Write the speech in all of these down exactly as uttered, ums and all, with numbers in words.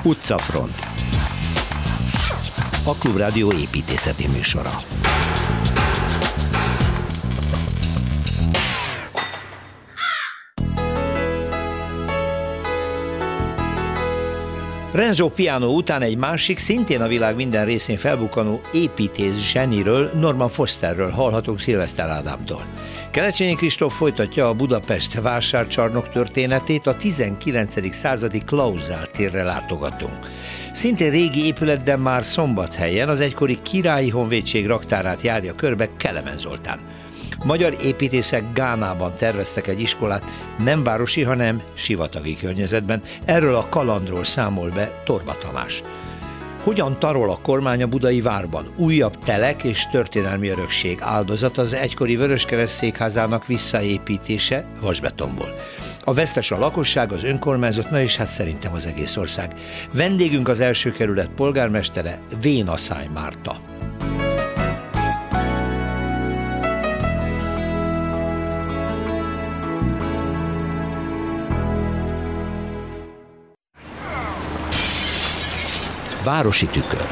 Utcafront. A Klubrádió építészeti műsora. Renzo Piano után egy másik, szintén a világ minden részén felbukkanó építész zseniről, Norman Fosterről hallhatunk Szilveszter Ádámtól. Kelecsényi Kristóf folytatja a Budapest vásárcsarnok történetét, a tizenkilencedik századi Klauzál térre látogatunk. Szintén régi épület, de már Szombathelyen az egykori Királyi Honvédség raktárát járja körbe Kelemen Zoltán. Magyar építészek Gánában terveztek egy iskolát, nem városi, hanem sivatagi környezetben. Erről a kalandról számol be Torba Tamás. Hogyan tarol a kormány a budai várban? Újabb telek és történelmi örökség áldozat az egykori Vöröskereszt székházának visszaépítése vasbetonból. A vesztes a lakosság, az önkormányzat, na és hát szerintem az egész ország. Vendégünk az első kerület polgármestere, Vénaszály Márta. Városi tükör.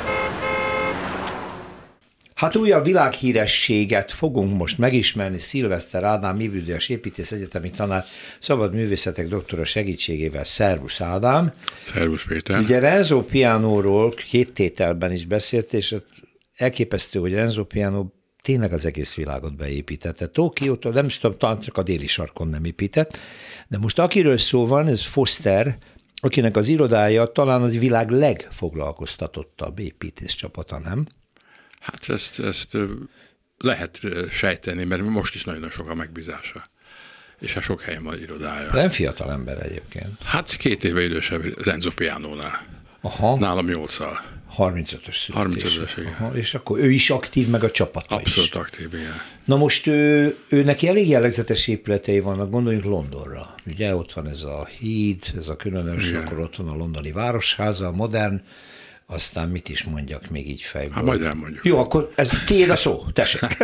Hát újabb világhírességet fogunk most megismerni Szilveszter Ádám, Művelődés Építész Egyetemi Tanár, szabad művészetek doktora segítségével. Szervusz Ádám! Szervusz Péter! Ugye Renzo Pianoról két tételben is beszélt, és elképesztő, hogy Renzo Piano tényleg az egész világot beépítette. Tokiótól, nem is tudom, talán csak a déli sarkon nem épített, de most akiről szó van, ez Foster, akinek az irodája talán az világ legfoglalkoztatottabb építész csapata, nem? Hát ezt, ezt lehet sejteni, mert most is nagyon sok a megbízása. És hát sok helyen van irodája. Nem fiatal ember egyébként. Hát két éve idősebb Renzo Pianónál. Aha. Nálam nyolccal. harmincötös születés. harmincötös, igen. Aha, és akkor ő is aktív, meg a csapata Abszolút is. aktív, igen. Na most ő, ő neki elég jellegzetes épületei vannak, gondoljunk Londonra. Ugye ott van ez a híd, ez a különös, igen. Akkor ott van a londoni városháza, a modern, aztán mit is mondjak még így fejből. Hát majd elmondjuk. Jó, akkor ez tiéd a szó, tessék.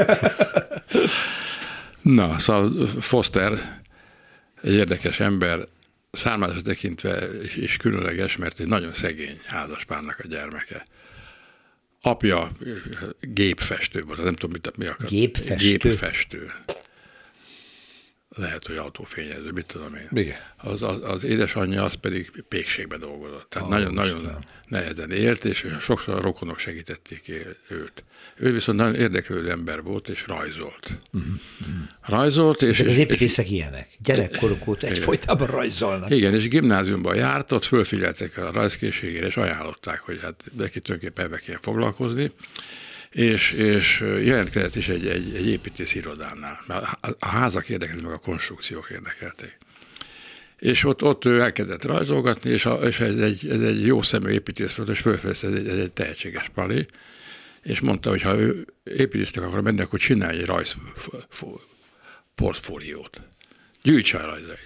Na, szóval Foster egy érdekes ember, származását tekintve is különleges, mert egy nagyon szegény házaspárnak a gyermeke. Apja gépfestő volt, nem tudom, mit, mi akar. Gépfestő? Gépfestő. Lehet, hogy autófényező, mit tudom én. Igen. Az, az, az édesanyja az pedig pékségben dolgozott. Tehát nagyon-nagyon oh, nehezen élt, és sokszor a rokonok segítették őt. Ő viszont nagyon érdeklődő ember volt, és rajzolt. Uh-huh. Rajzolt, és... Ezek az építészek ilyenek. Gyerekkoruk óta egyfolytában rajzolnak. Igen, és gimnáziumban járt, ott fölfigyeltek a rajzkészségére, és ajánlották, hogy hát neki tulajdonképpen ebbe kéne foglalkozni, és, és jelentkezett is egy, egy, egy építész irodánál. A házak érdekelték, meg a konstrukciók érdekelték. És ott, ott ő elkezdett rajzolgatni, és, a, és ez, egy, ez egy jó szemű építész volt, és fölfedezte, ez egy, ez egy tehetséges pali, és mondta, hogy ha ő építésznek akar menni, akkor csinálj egy rajz portfóliót. Gyűjts a rajzait.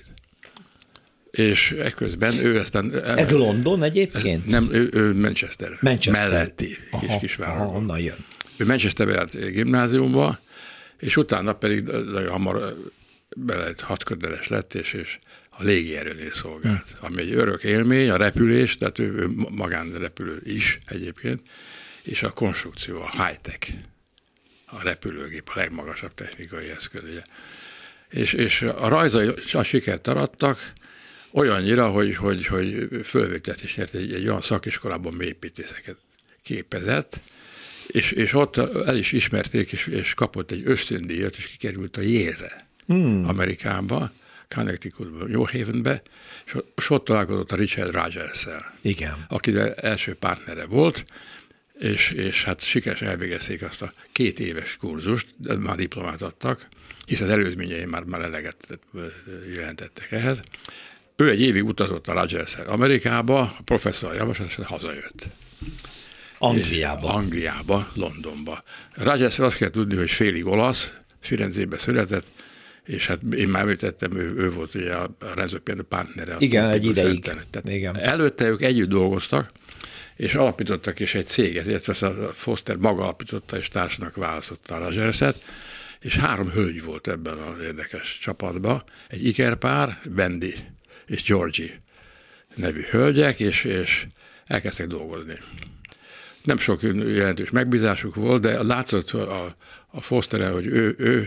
És ekközben ő aztán... Ez London egyébként? Nem, ő, ő Manchester. Manchester. Melletti aha, kis kisvárosban. Aha, onnan jön. Ő Manchesterbe járt gimnáziumba, és utána pedig nagyon hamar bele hatködeles lett, és, és a légierőnél szolgált. Hmm. Ami egy örök élmény, a repülés, tehát ő, ő magánrepülő is egyébként, és a konstrukció, a high-tech, a repülőgép, a legmagasabb technikai eszköz. Ugye. És, és a rajzai a sikert arattak, olyannyira, hogy, hogy, hogy fölvételt is nyert egy, egy olyan szakiskolában építészeket képezett, és, és ott el is ismerték, és, és kapott egy ösztöndíjat, és kikerült a Yale-re, hmm. Amerikába, Connecticutban, New Havenbe, és, és ott találkozott a Richard Rogers-szel, igen. aki első partnere volt, és, és hát sikeresen elvégezték azt a két éves kurzust, de már diplomát adtak, hisz az előzményei már, már eleget jelentettek ehhez. Ő egy évig utazott a Rogers-szel Amerikába, a professzor javaslat, hazajött. Angliába. Angliába, Londonba. Rogers-szel azt kell tudni, hogy félig olasz, Firenzébe született, és hát én már említettem, ő, ő volt ugye a Renzo Piano partnere. Igen, egy ideig. Igen. Előtte ők együtt dolgoztak, és alapítottak is egy céget, illetve a Foster maga alapította, és társnak választotta a Rogers-et, és három hölgy volt ebben az érdekes csapatban, egy ikerpár, Wendy és Georgie. nevű hölgyek, és, és elkezdtek dolgozni. Nem sok jelentős megbízásuk volt, de látszott a, a Fosteren, hogy ő, ő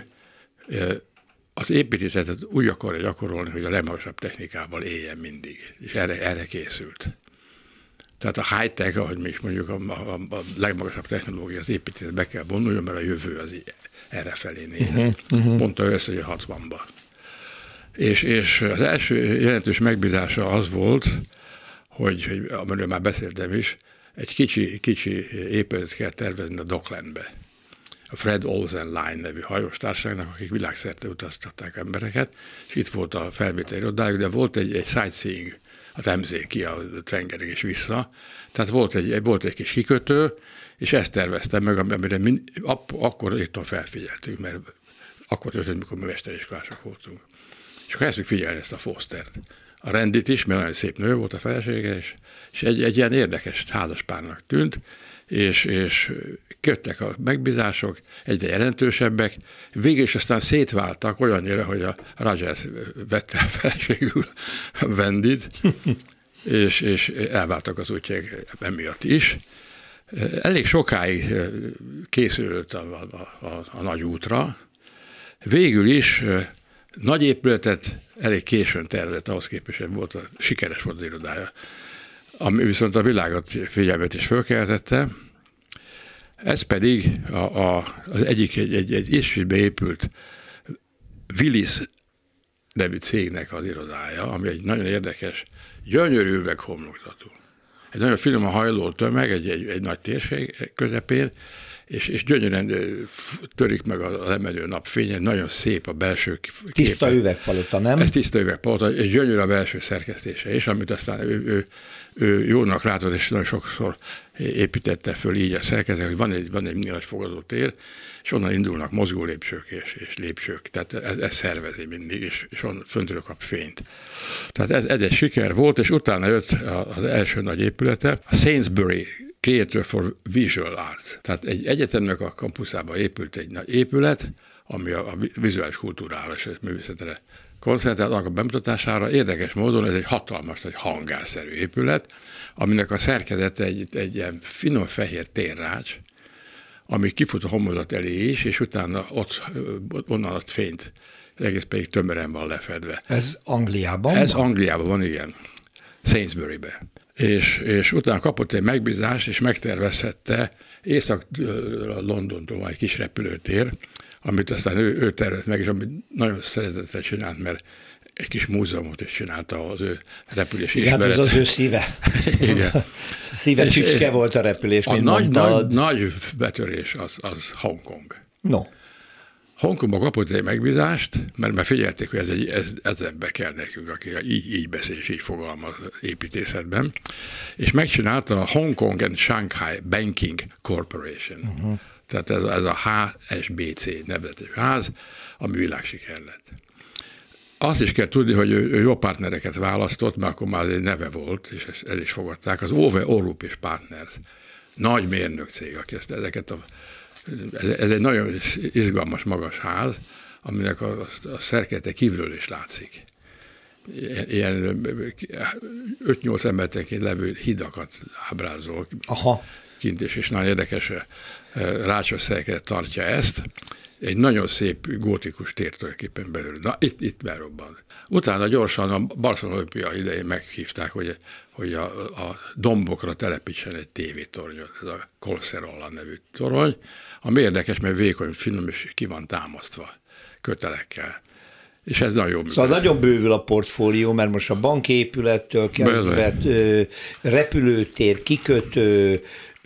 az építészetet úgy akarja gyakorolni, hogy a legmagasabb technikával éljen mindig, és erre, erre készült. Tehát a high-tech, ahogy mi is mondjuk, a, a, a legmagasabb technológia az építészetbe kell vonuljon, mert a jövő az erre felé néz. Uh-huh, uh-huh. Mondta ő ezt, hogy a hatvanban. És, és az első jelentős megbízása az volt, hogy, hogy amiről már beszéltem is, egy kicsi, kicsi épületet kell tervezni a Docklandbe. A Fred Olsen Line nevű hajós-társaságnak, akik világszerte utaztatták embereket, és itt volt a felvételi irodájuk, de volt egy, egy sightseeing a Temzén ki a tengerig és vissza. Tehát volt egy, volt egy kis kikötő, és ezt terveztem meg, amire mind, ap, akkor éppen felfigyeltünk, mert akkor történt, mikor mi mesteriskolások voltunk. És akkor kezdtük figyelni ezt a Fostert. A Rendit is, mert nagyon szép nő volt a felesége, és, és egy, egy ilyen érdekes házaspárnak tűnt, és, és köttek a megbízások, egyre jelentősebbek, végül is aztán szétváltak olyannyira, hogy a Rogers vette a feleségül a Vendit, és, és elváltak az útjaik emiatt is. Elég sokáig készült a, a, a, a nagy útra, végül is nagy épületet elég későn tervezett, ahhoz képest volt, a, sikeres volt az irodája, ami viszont a világot figyelmet is fölkeltette. Ez pedig a, a, az egyik egy, egy, egy Ésvítbe épült Willis nevű cégnek az irodája, ami egy nagyon érdekes, gyönyörű üveghomlokzatú. Egy nagyon finoman hajló tömeg, egy, egy, egy nagy térség közepén, és, és gyönyörűen törik meg a lemenő napfény, nagyon szép a belső képe. Tiszta üvegpalota, nem? Ez tiszta üvegpalota, és gyönyörű a belső szerkesztése is, amit aztán ő, ő, ő jónak látott, és nagyon sokszor építette föl így a szerkezet, hogy van egy, van egy nagy fogadótér, és onnan indulnak mozgó lépcsők és, és lépcsők, tehát ez, ez szervezi mindig, és, és onnan föntről kap fényt. Tehát ez, ez egy siker volt, és utána jött az első nagy épülete, a Sainsbury Theatre for Visual Arts. Tehát egy egyetemnek a kampuszában épült egy nagy épület, ami a, a vizuális kultúrára és a művészetre koncentrált, annak a bemutatására. Érdekes módon ez egy hatalmas, egy hangárszerű épület, aminek a szerkezete egy, egy ilyen finom fehér térrács, ami kifut a homlokzat elé is, és utána ott, onnan ad fényt. Egész pedig tömören van lefedve. Ez Angliában Ez van? Angliában van, igen. Sainsburybe. És, és utána kapott egy megbízást, és megtervezhette Észak-Londontól van egy kis repülőtér, amit aztán ő, ő tervezett meg, és amit nagyon szeretettel csinált, mert egy kis múzeumot is csinálta az ő repülés ismeret. Hát ez az ő szíve. Igen. Szíve csücske volt a repülés, a mint nagy, mondtad. nagy, nagy betörés az, az Hongkong. No. Hongkongban kapott egy megbízást, mert már figyelték, hogy ez egy, ez, ezenbe kell nekünk, aki így, így beszél és így fogalmaz építészetben, és megcsinálta a Hong Kong and Shanghai Banking Corporation. Uh-huh. Tehát ez, ez a há es bé cé nevezetes ház, ami világsiker lett. Azt is kell tudni, hogy ő, ő jó partnereket választott, mert akkor már egy neve volt, és ezt el is fogadták, az Ove Orup és Partners, nagy mérnök cég, aki ezt, ezeket a Ez, ez egy nagyon izgalmas, magas ház, aminek a, a szerkezete kívülről is látszik. Ilyen öt-nyolc emeletenként levő hidakat ábrázol. Aha. Kint is, és nagyon érdekes rácsos szerkezet tartja ezt. Egy nagyon szép gótikus tér tulajdonképpen belül. Na, itt, itt berobbant. Utána gyorsan a Barcelona olimpia idején meghívták, hogy, hogy a, a dombokra telepítsen egy tévétornyot, ez a Colserola nevű torony, ami érdekes, mert vékony, finom, és ki van támasztva kötelekkel. És ez nagyon jó működik. Szóval nagyon bővül a portfólió, mert most a banképülettől kezdve repülőtér, kikötő,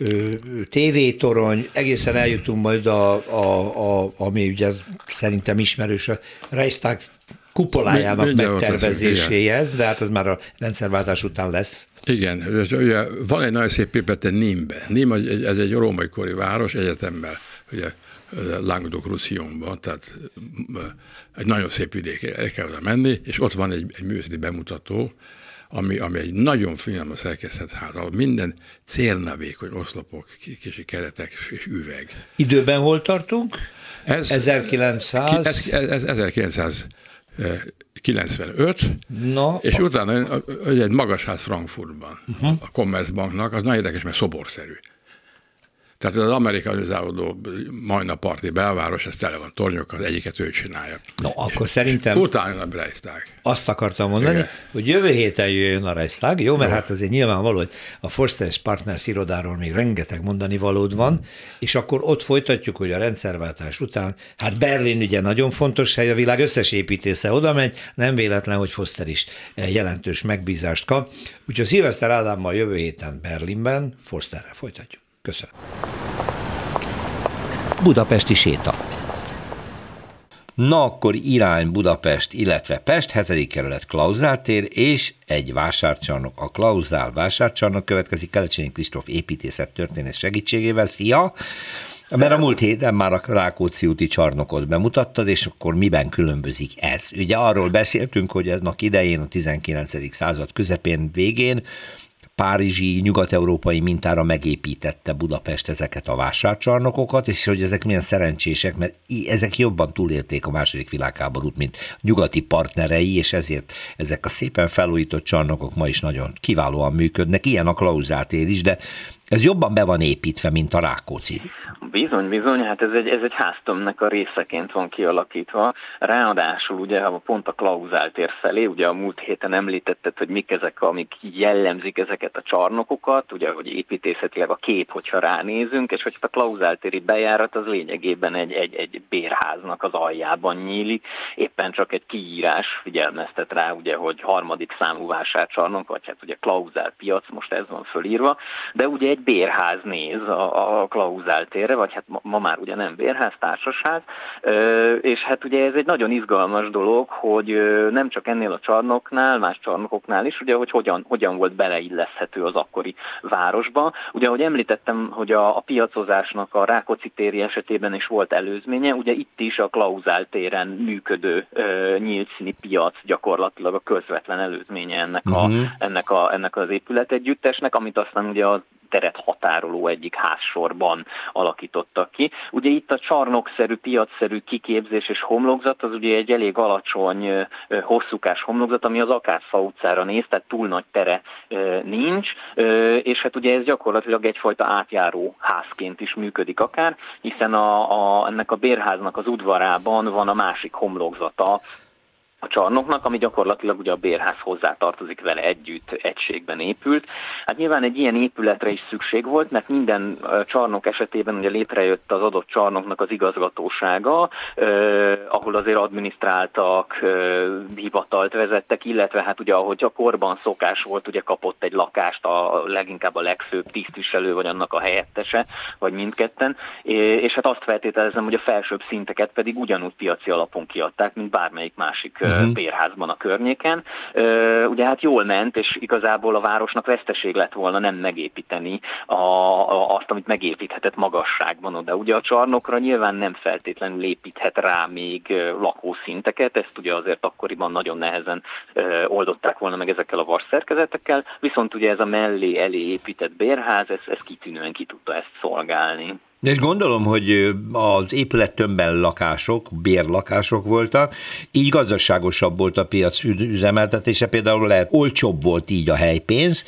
tévétorony, egészen eljutunk majd a, a, a ami ugye szerintem ismerős, a Reichstag kupolájának Mi, megtervezéséhez, de hát ez már a rendszerváltás után lesz. Igen, ugye van egy nagyon szép épülete Nîmes-be. Nîmes ez egy római kori város egyetemmel, ugye Languedoc-Roussillonban, tehát egy nagyon szép vidék, el kell oda menni, és ott van egy, egy művészeti bemutató, ami, ami egy nagyon finom szerkesztett ház, ahol minden cérnavékony oszlopok, kicsi keretek és üveg. Időben hol tartunk? Ez, ezerkilencszáz Ez, ez, ez ezerkilencszázkilencvenkilenc kilencvenöt, no, és a... utána egy magasház Frankfurtban, uh-huh. a Commerzbanknak, az nagyon érdekes, mert szoborszerű. Tehát az amerikanizálódó majdnem parti belváros, ez tele van tornyokkal, az egyiket ő csinálja. No, akkor szerintem utána a Reichstag. Azt akartam mondani, igen, hogy jövő héten jöjjön a Reichstag, jó, mert jó. Hát azért nyilvánvaló, hogy a Forster és Partners irodáról még rengeteg mondani valód van, és akkor ott folytatjuk, hogy a rendszerváltás után, hát Berlin ugye nagyon fontos hely, a világ összes építésze oda megy, nem véletlen, hogy Foster is jelentős megbízást kap. Úgyhogy Szilveszter Ádámmal jövő héten Berlinben Forsterrel folytatjuk. Köszönöm. Budapesti séta. Na akkor irány Budapest, illetve Pest, hetedik kerület Klauzál tér, és egy vásárcsarnok. A Klauzál vásárcsarnok következik Kelecsényi Kristóf építészettörténész segítségével. Szia! Mert a múlt héten már a Rákóczi úti csarnokot bemutattad, és akkor miben különbözik ez? Ugye arról beszéltünk, hogy ennek idején, a tizenkilencedik század közepén, végén párizsi, nyugat-európai mintára megépítette Budapest ezeket a vásárcsarnokokat, és hogy ezek milyen szerencsések, mert ezek jobban túlélték a második világháborút, mint nyugati partnerei, és ezért ezek a szépen felújított csarnokok ma is nagyon kiválóan működnek. Ilyen a Klauzál tér is, de ez jobban be van építve, mint a Rákóczi. Bizony, bizony, hát ez egy, ez egy háztömbnek a részeként van kialakítva. Ráadásul ugye pont a Klauzál tér felé, ugye a múlt héten említetted, hogy mik ezek, amik jellemzik ezeket a csarnokokat, ugye, hogy építészetileg a kép, hogyha ránézünk, és hogy a Klauzál téri bejárat az lényegében egy, egy, egy bérháznak az aljában nyílik, éppen csak egy kiírás figyelmeztet rá, ugye, hogy harmadik számú vásárcsarnok, vagy hát ugye Klauzál piac, most ez van fölírva, de ugye egy bérház néz a, a Klauzál térre, vagy hát ma, ma már ugye nem bérház, társasház, és hát ugye ez egy nagyon izgalmas dolog, hogy nem csak ennél a csarnoknál, más csarnokoknál is, ugye, hogy hogyan, hogyan volt beleilleszthető az akkori városba. Ugye, ahogy említettem, hogy a, a piacozásnak a Rákóczi téri esetében is volt előzménye, ugye itt is a Klauzál téren működő uh, nyílt színi piac gyakorlatilag a közvetlen előzménye ennek, a, uh-huh. ennek, a, ennek az épületegyüttesnek, amit aztán ugye a teret határoló egyik házsorban alakítottak ki. Ugye itt a csarnokszerű, piacszerű kiképzés és homlokzat, az ugye egy elég alacsony, hosszúkás homlokzat, ami az Akácfa utcára néz, tehát túl nagy tere nincs, és hát ugye ez gyakorlatilag egyfajta átjáró házként is működik akár, hiszen a, a, ennek a bérháznak az udvarában van a másik homlokzata a csarnoknak, ami gyakorlatilag ugye a bérház hozzátartozik vele együtt, egységben épült. Hát nyilván egy ilyen épületre is szükség volt, mert minden csarnok esetében ugye létrejött az adott csarnoknak az igazgatósága, eh, ahol azért adminisztráltak, eh, hivatalt vezettek, illetve hát ugye ahogy a korban szokás volt, ugye kapott egy lakást a leginkább a legfőbb tisztviselő, vagy annak a helyettese, vagy mindketten, és hát azt feltételezem, hogy a felsőbb szinteket pedig ugyanúgy piaci alapon kiadták, mint bármelyik másik uh-huh. bérházban a környéken. Ugye hát jól ment, és igazából a városnak veszteség lett volna nem megépíteni a, a, azt, amit megépíthetett magasságban oda. Ugye a csarnokra nyilván nem feltétlenül építhet rá még lakószinteket, ezt ugye azért akkoriban nagyon nehezen oldották volna meg ezekkel a vasszerkezetekkel, viszont ugye ez a mellé elé épített bérház, ez, ez kitűnően ki tudta ezt szolgálni. És gondolom, hogy az épület tömbben lakások, bérlakások voltak, így gazdaságosabb volt a piac üzemeltetése, például lehet olcsóbb volt így a helypénz,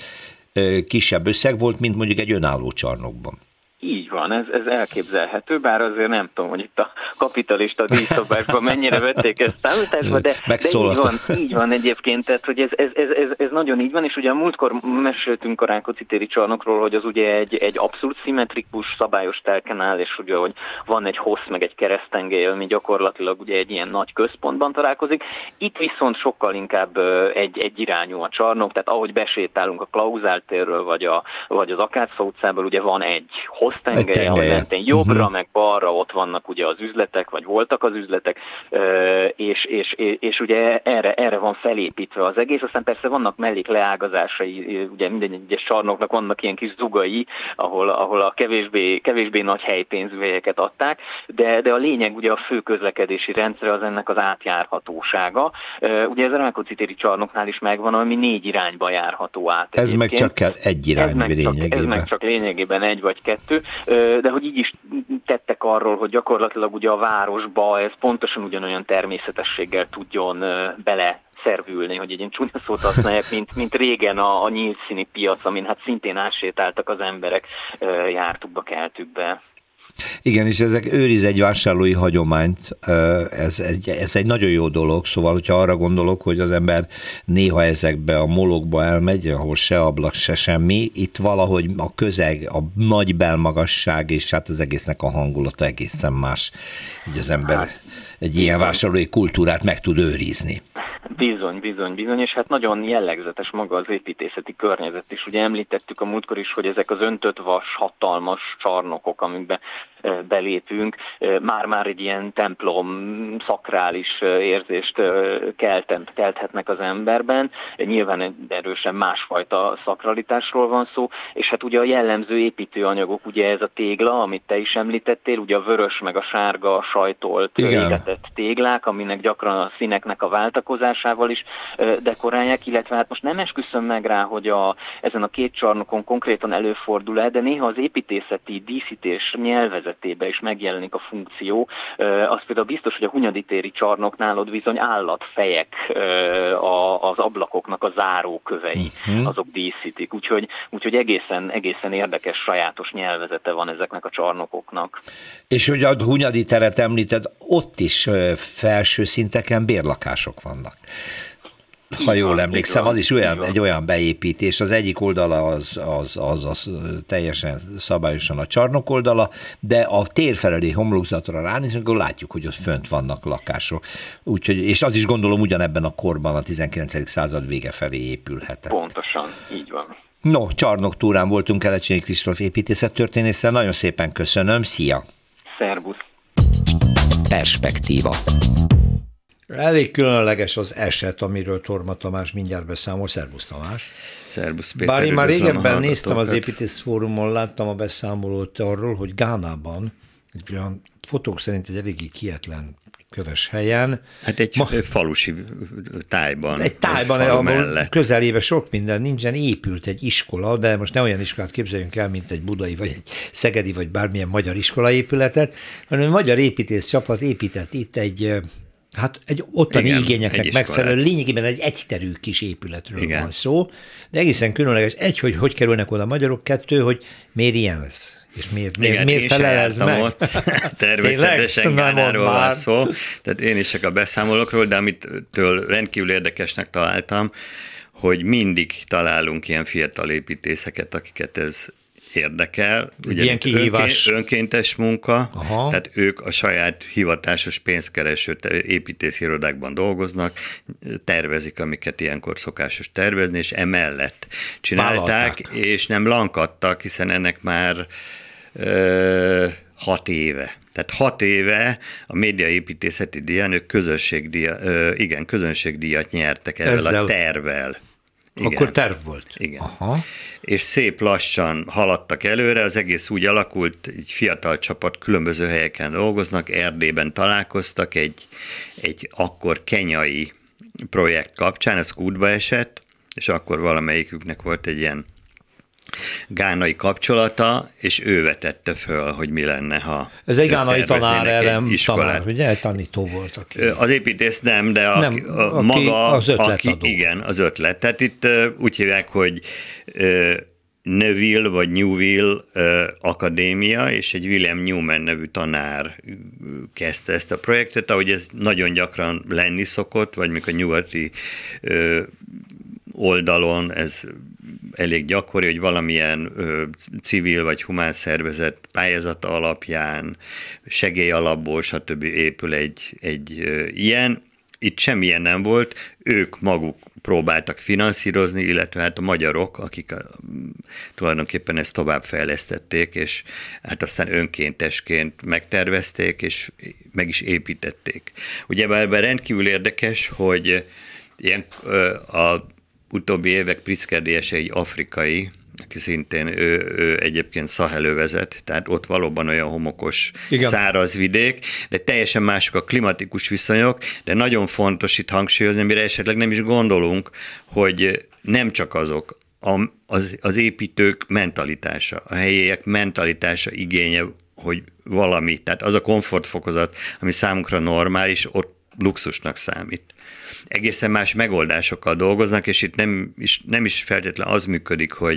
kisebb összeg volt, mint mondjuk egy önálló csarnokban. Így van, ez, ez elképzelhető, bár azért nem tudom, hogy itt a kapitalista díjszabásban mennyire vették ezt számításba, de, de így van, így van egyébként, tehát hogy ez, ez, ez, ez, ez nagyon így van, és ugye a múltkor meséltünk a Rákóczi téri csarnokról, hogy az ugye egy, egy abszolút szimmetrikus, szabályos telken áll, és ugye, hogy van egy hossz, meg egy keresztengely, ami gyakorlatilag ugye egy ilyen nagy központban találkozik. Itt viszont sokkal inkább egy, egy irányú a csarnok, tehát ahogy besétálunk a Klauzál térről, vagy, a, vagy az Akácfa utcából, ugye van egy hossz tengelye, ahol mentén jobbra, uh-huh. meg balra ott vannak ugye az üzletek, vagy voltak az üzletek, és, és, és, és ugye erre, erre van felépítve az egész, aztán persze vannak mellék leágazásai, ugye minden egyes csarnoknak vannak ilyen kis zugai, ahol, ahol a kevésbé, kevésbé nagy helypénzű helyeket adták, de, de a lényeg ugye a fő közlekedési rendszer az ennek az átjárhatósága. Ugye ez a Rákóczi téri csarnoknál is megvan, ami négy irányba járható át. Ez egyébként. Meg csak kell egy irányba lényegében. Ez meg csak lényegében egy vagy kettő. de hogy így is tettek arról, hogy gyakorlatilag ugye a városba ez pontosan ugyanolyan természetességgel tudjon bele szervülni, hogy egy ilyen csúnya szót használják, mint, mint régen a, a nyílt színi piac, amin hát szintén átsétáltak az emberek jártukba, keltükbe. Igen, és ezek őriz egy vásárlói hagyományt, ez egy, ez egy nagyon jó dolog, szóval, hogyha arra gondolok, hogy az ember néha ezekbe a molokba elmegy, ahol se ablak, se semmi, itt valahogy a közeg, a nagy belmagasság, és hát az egésznek a hangulata egészen más, így az ember egy ilyen vásárlói kultúrát meg tud őrizni. Bizony, bizony, bizony, és hát nagyon jellegzetes maga az építészeti környezet is. Ugye említettük a múltkor is, hogy ezek az öntött vas, hatalmas csarnokok, amikbe belépünk, már-már egy ilyen templom szakrális érzést keltent, kelthetnek az emberben. Nyilván erősen másfajta szakralitásról van szó, és hát ugye a jellemző építőanyagok, ugye ez a tégla, amit te is említettél, ugye a vörös meg a sárga sajtolt égetett téglák, aminek gyakran a színeknek a váltakozásával is dekorálják, illetve hát most nem esküszöm meg rá, hogy a, ezen a két csarnokon konkrétan előfordul-e, de néha az építészeti díszítés nyelvezetében is megjelenik a funkció. Az például biztos, hogy a Hunyadi téri csarnoknál ott bizony állatfejek az ablakoknak a zárókövei, uh-huh. azok díszítik. Úgyhogy, úgyhogy egészen, egészen érdekes, sajátos nyelvezete van ezeknek a csarnokoknak. És hogy a Hunyadi teret említed, ott is felső szinteken bérlakások vannak. Ha jól emlékszem, az is olyan, egy olyan beépítés, az egyik oldala az, az, az, az teljesen szabályosan a csarnok oldala, de a tér feleli homlokzatra ránézünk, akkor látjuk, hogy ott fönt vannak lakások. Úgyhogy, és az is gondolom ugyanebben a korban, a tizenkilencedik század vége felé épülhetett. Pontosan, így van. No, Csarnok túrán voltunk Kelecsényi Kristóf építészettörténésszel, nagyon szépen köszönöm, szia! Szervusz! Perspektíva. Elég különleges az eset, amiről Torma Tamás mindjárt beszámol. Szervusz Tamás! Szervusz Péter! Bár én már régebben néztem az Építész Fórumon, láttam a beszámolót arról, hogy Gánában, egy olyan fotók szerint egy eléggé kietlen köves helyen. Hát egy ma, falusi tájban. Egy tájban, ahol közelébe sok minden nincsen, épült egy iskola, de most ne olyan iskolát képzeljünk el, mint egy budai, vagy egy szegedi, vagy bármilyen magyar iskola épületet, hanem egy magyar építész csapat épített itt egy, hát egy ottani igen, igényeknek egy megfelelő, lényegében egy egyterű kis épületről igen. van szó, de egészen különleges. Egy, hogy hogy kerülnek oda magyarok, kettő, hogy miért ilyen lesz. És miért, miért, Igen, miért felelez meg? Ott, természetesen Gánáról van szó, tehát én is csak a beszámolókról, de amitől rendkívül érdekesnek találtam, hogy mindig találunk ilyen fiatal építészeket, akiket ez érdekel. Ugye ilyen kihívás. Önként, önkéntes munka, aha. tehát ők a saját hivatásos pénzkereső építési irodákban dolgoznak, tervezik, amiket ilyenkor szokásos tervezni, és emellett csinálták, vállalták. És nem lankadtak, hiszen ennek már ö, hat éve. Tehát hat éve a médiaépítészeti díján ők közönségdíjat, ö, igen, közönségdíjat nyertek ezzel, ezzel a tervvel. Igen. Akkor terv volt. Igen. Aha. És szép lassan haladtak előre, az egész úgy alakult, egy fiatal csapat különböző helyeken dolgoznak, Erdélyben találkoztak egy, egy akkor kenyai projekt kapcsán, ez kútba esett, és akkor valamelyiküknek volt egy ilyen gánai kapcsolata, és ő vetette föl, hogy mi lenne, ha ez egy gánai tanár, elem tanár, ugye? Tanító volt. Aki. Az építész nem, de a, nem, a, aki maga, az aki, igen, az ötlet. Tehát itt úgy hívják, hogy Neville vagy Newville Akadémia, és egy William Newman nevű tanár kezdte ezt a projektet, ahogy ez nagyon gyakran lenni szokott, vagy mikor a nyugati oldalon ez elég gyakori, hogy valamilyen ö, civil vagy humán szervezet pályázata alapján, segély alapból, stb. Épül egy, egy ö, ilyen. Itt semmilyen nem volt, ők maguk próbáltak finanszírozni, illetve hát a magyarok, akik a, tulajdonképpen ezt továbbfejlesztették, és hát aztán önkéntesként megtervezték, és meg is építették. Ugye ebben rendkívül érdekes, hogy ilyen a utóbbi évek Pritzker Dése egy afrikai, aki szintén ő, ő egyébként Szahelő vezet, tehát ott valóban olyan homokos, igen. száraz vidék, de teljesen mások a klimatikus viszonyok, de nagyon fontos itt hangsúlyozni, amire esetleg nem is gondolunk, hogy nem csak azok a, az, az építők mentalitása, a helyiek mentalitása igénye, hogy valami, tehát az a komfortfokozat, ami számunkra normális, ott luxusnak számít. Egészen más megoldásokkal dolgoznak, és itt nem is, nem is feltétlenül az működik, hogy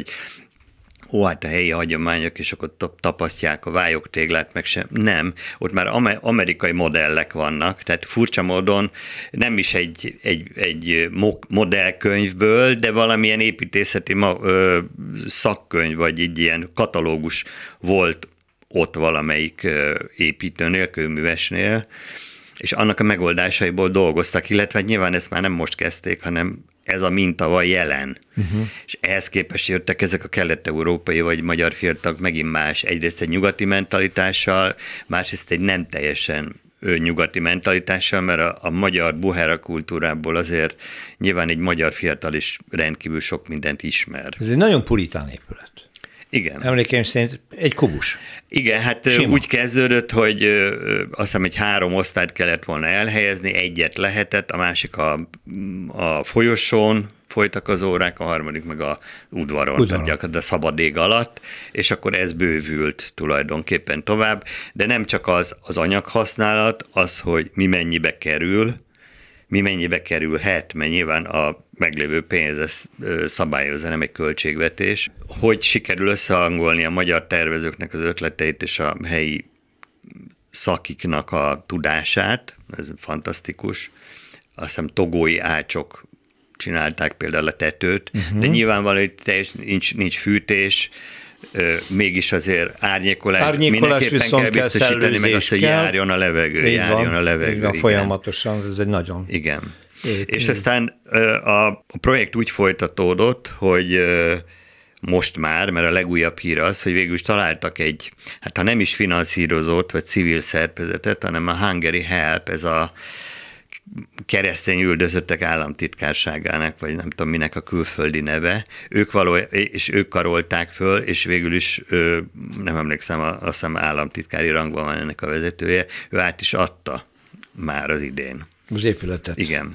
ó, hát a helyi hagyományok, és akkor tapasztják a vályogtéglát, meg sem. Nem, ott már amerikai modellek vannak, tehát furcsa módon nem is egy, egy, egy modellkönyvből, de valamilyen építészeti szakkönyv, vagy egy ilyen katalógus volt ott valamelyik építőnél, kőművesnél, és annak a megoldásaiból dolgoztak, illetve nyilván ezt már nem most kezdték, hanem ez a minta van jelen. Uh-huh. És ehhez képest jöttek ezek a kelet-európai vagy magyar fiatalok megint más. Egyrészt egy nyugati mentalitással, másrészt egy nem teljesen nyugati mentalitással, mert a, a magyar buhera kultúrából azért nyilván egy magyar fiatal is rendkívül sok mindent ismer. Ez egy nagyon puritán épület. Igen. Emlékeim szerint egy kubus. Igen, hát Sima. Úgy kezdődött, hogy azt hiszem, egy három osztályt kellett volna elhelyezni, egyet lehetett, a másik a, a folyosón folytak az órák, a harmadik meg a udvaron, udvaron. Tehát gyakorlatilag a szabad ég alatt, és akkor ez bővült tulajdonképpen tovább, de nem csak az, az anyaghasználat, az, hogy mi mennyibe kerül, mi mennyibe kerülhet, mert nyilván a meglévő pénz ezt szabályozza, nem egy költségvetés. Hogy sikerül összehangolni a magyar tervezőknek az ötleteit és a helyi szakiknak a tudását, ez fantasztikus. Azt hiszem togói ácsok csinálták például a tetőt, uh-huh. de nyilvánvalóan, hogy teljes, nincs, nincs fűtés, mégis azért árnyékolás, árnyékolás mindenképpen kell biztosítani, meg azt, hogy kell. járjon a levegő, így járjon van, a levegő. Van, folyamatosan, ez egy nagyon... Igen. É, és igen. aztán a, a projekt úgy folytatódott, hogy most már, mert a legújabb hír az, hogy végül is találtak egy, hát ha nem is finanszírozott, vagy civil szervezetet, hanem a Hungary Help, ez a keresztény üldözöttek államtitkárságának, vagy nem tudom minek a külföldi neve, ők való, és ők karolták föl, és végül is, nem emlékszem, azt hiszem államtitkári rangban van ennek a vezetője, ő át is adta már az idén. Az épületet. Igen.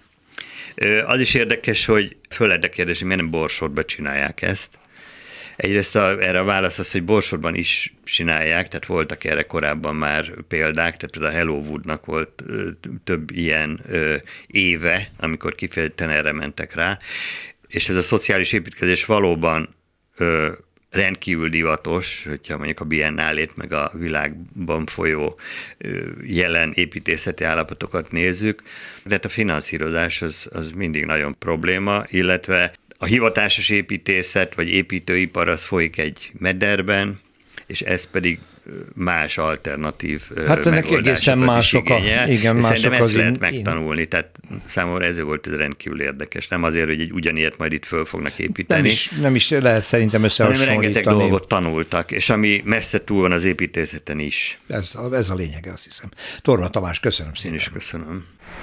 Uh-huh. Az is érdekes, hogy föl lehet kérdezni, miért nem Borsodban csinálják ezt. Egyrészt a, erre a válasz az, hogy Borsodban is csinálják, tehát voltak erre korábban már példák, tehát például a Hello Woodnak volt ö, több ilyen ö, éve, amikor kifejezetten erre mentek rá, és ez a szociális építkezés valóban ö, rendkívül divatos, hogyha mondjuk a biennálét, meg a világban folyó ö, jelen építészeti állapotokat nézzük, de hát a finanszírozás az, az mindig nagyon probléma, illetve a hivatásos építészet, vagy építőipar az folyik egy mederben, és ez pedig más alternatív hát ennek egészen mások a, igen, mások szerintem ezt az lehet in, megtanulni, in. Tehát számomra ezért volt ez rendkívül érdekes. Nem azért, hogy egy ugyanilyet majd itt föl fognak építeni. Nem is, nem is lehet szerintem összehasonlítani. Hanem rengeteg dolgot tanultak, és ami messze túl van az építészeten is. Ez, ez a lényege, azt hiszem. Torma Tamás, köszönöm szépen. Én is köszönöm.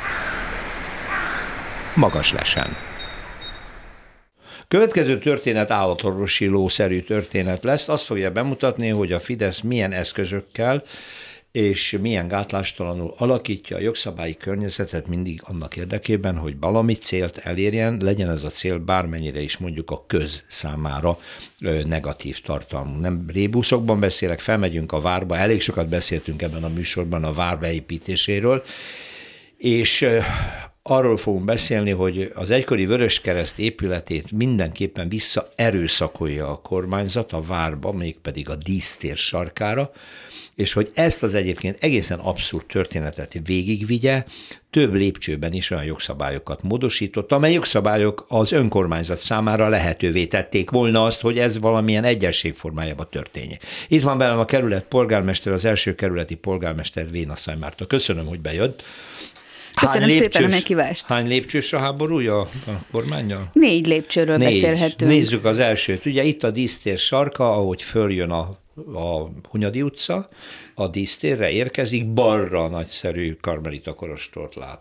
Magas lesen. Következő történet állatorvosi lószerű történet lesz. Azt fogja bemutatni, hogy a Fidesz milyen eszközökkel és milyen gátlástalanul alakítja a jogszabályi környezetet mindig annak érdekében, hogy valami célt elérjen, legyen ez a cél bármennyire is mondjuk a köz számára negatív tartalmú. Nem rébuszokban beszélek, felmegyünk a várba, elég sokat beszéltünk ebben a műsorban a vár beépítéséről, és arról fogunk beszélni, hogy az egykori Vöröskereszt épületét mindenképpen visszaerőszakolja a kormányzat a várba, mégpedig a dísztér sarkára, és hogy ezt az egyébként egészen abszurd történetet végigvigye, több lépcsőben is olyan jogszabályokat módosított, amely jogszabályok az önkormányzat számára lehetővé tették volna azt, hogy ez valamilyen egyesség formájában történjen. Itt van velem a kerület polgármester, az első kerületi polgármester Vénaszaj Márta. Köszönöm, hogy bejött. Köszönöm Hány szépen a meghívást. Hány lépcsős a háborúja a kormánnyal? Négy lépcsőről Négy. beszélhetünk. Nézzük az elsőt. Ugye itt a dísztér sarka, ahogy följön a, a Hunyadi utca, a dísztérre érkezik, balra nagyszerű karmelita kolostort láthatunk.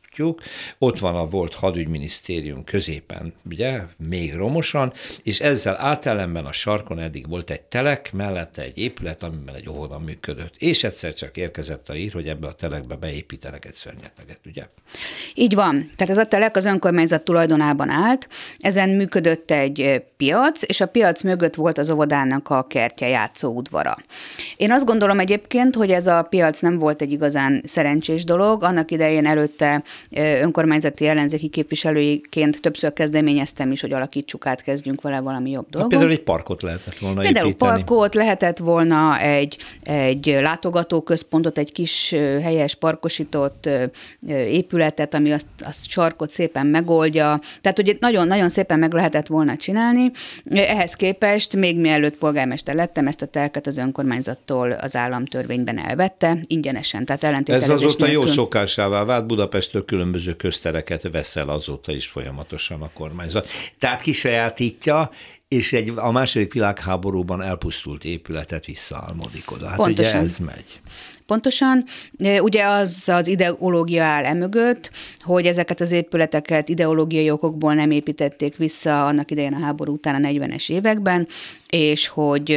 látjuk, ott van a volt hadügyminisztérium középen, ugye, még romosan, és ezzel átellenben a sarkon eddig volt egy telek, mellette egy épület, amiben egy óvoda működött, és egyszer csak érkezett a hír, hogy ebbe a telekbe beépítenek egy szörnyeteget, ugye? Így van. Tehát ez a telek az önkormányzat tulajdonában állt, ezen működött egy piac, és a piac mögött volt az óvodának a kertje, játszóudvara. Én azt gondolom egyébként, hogy ez a piac nem volt egy igazán szerencsés dolog. Annak idején előtte önkormányzati ellenzéki képviselőiként többször kezdeményeztem is, hogy alakítsuk át, kezdjünk vele valami jobb dolgot. Például egy parkot lehetett volna Például építeni. parkot, lehetett volna egy, egy látogatóközpontot, egy kis helyes parkosított épületet, ami azt, azt sarkot szépen megoldja. Tehát, hogy nagyon-nagyon szépen meg lehetett volna csinálni. Ehhez képest, még mielőtt polgármester lettem, ezt a telket az önkormányzattól az államtörvényben elvette, ingyenesen, tehát ellentételezés Ez azóta nélkül. jó szokásává vált, Budapestről különböző köztereket veszel azóta is folyamatosan a kormányzat. Tehát kisajátítja, és egy, a második világháborúban elpusztult épületet visszaálmodik oda. Hát Pontosan. ugye ez megy. Pontosan. Ugye az az ideológia áll emögött, hogy ezeket az épületeket ideológiai okokból nem építették vissza annak idején a háború után a negyvenes években, és hogy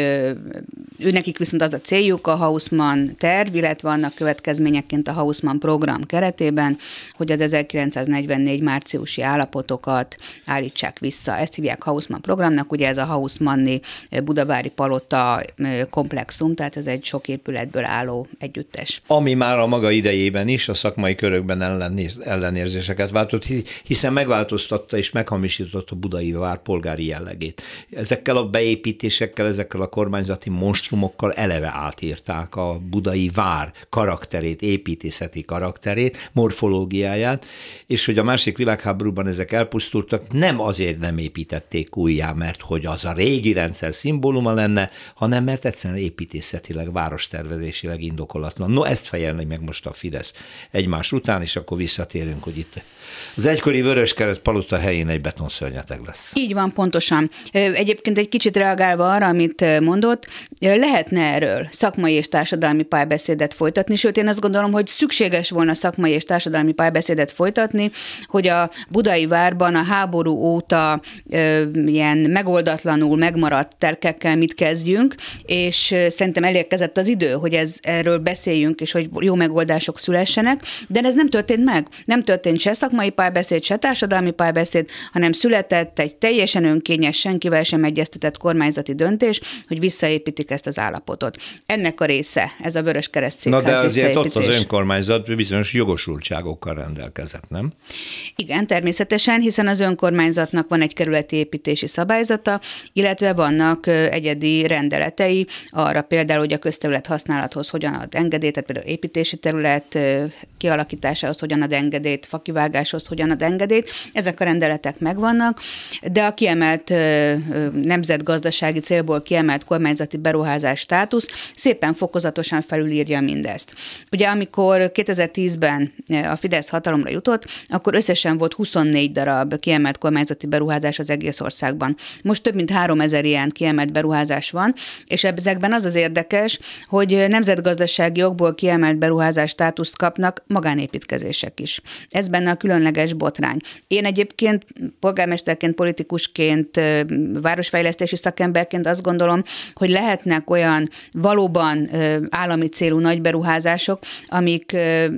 ő nekik viszont az a céljuk, a Haussmann terv, illetve annak következményeként a Haussmann program keretében, hogy az ezerkilencszáznegyvennégy márciusi állapotokat állítsák vissza. Ezt hívják Haussmann programnak, ugye ez a Haussmanni budavári palota komplexum, tehát ez egy sok épületből álló együttes. Ami már a maga idejében is a szakmai körökben ellenérzéseket váltott, hiszen megváltoztatta és meghamisította a budai vár polgári jellegét. Ezekkel a beépítésekkel, ezekkel a kormányzati monstrumokkal eleve átírták a budai vár karakterét, építészeti karakterét, morfológiáját, és hogy a második világháborúban ezek elpusztultak, nem azért nem építették újjá, mert hogy az a régi rendszer szimbóluma lenne, hanem mert egyszerűen építészetileg, várostervezésileg indokolatlan. No, ezt fejelni meg most a Fidesz egymás után, és akkor visszatérünk, hogy itt az egykori Vöröskeret palota helyén egy betonszörnyeteg lesz. Így van, pontosan. Egyébként egy kicsit reagálva arra, amit mondott, lehetne erről szakmai és társadalmi párbeszédet folytatni, sőt én azt gondolom, hogy szükséges volna szakmai és társadalmi párbeszédet folytatni, hogy a budai várban a háború óta ö, ilyen megoldatlanul megmaradt terkekkel mit kezdjünk, és szerintem elérkezett az idő, hogy ez, erről beszéljünk, és hogy jó megoldások szülessenek, de ez nem történt meg. Nem történt se szakmai párbeszéd, se társadalmi párbeszéd, hanem született egy teljesen önkényes, senkivel sem egyeztetett kormányzati döntés, hogy visszaépítik ezt az állapotot. Ennek a része, ez a Vöröskereszt székház visszaépítés. Na de azért ott az önkormányzat bizonyos jogosultságokkal rendelkezett, nem? Igen, természetesen, hiszen az önkormányzatnak van egy kerületi építési szabályzata, illetve vannak egyedi rendeletei arra például, hogy a közterület használathoz hogyan ad engedélyt, tehát például építési terület kialakításához hogyan ad engedélyt, fakivágáshoz hogyan ad engedélyt. Ezek a rendeletek megvannak, de a kiemelt nemzetgazdasági célból kiemelt kormányzati beruházás státusz szépen fokozatosan felülírja mindezt. Ugye amikor kétezer-tízben a Fidesz hatalomra jutott, akkor összesen volt huszonnégy darab kiemelt kormányzati beruházás az egész országban. Most több mint háromezer ilyen kiemelt beruházás van, és ezekben az az érdekes, hogy nemzetgazdasági okból kiemelt beruházás státuszt kapnak magánépítkezések is. Ez benne a különleges botrány. Én egyébként polgármesterként, politikusként, városfejlesztési szakemberként azt gondolom, hogy lehetnek olyan valóban állami célú nagy beruházások, amikhez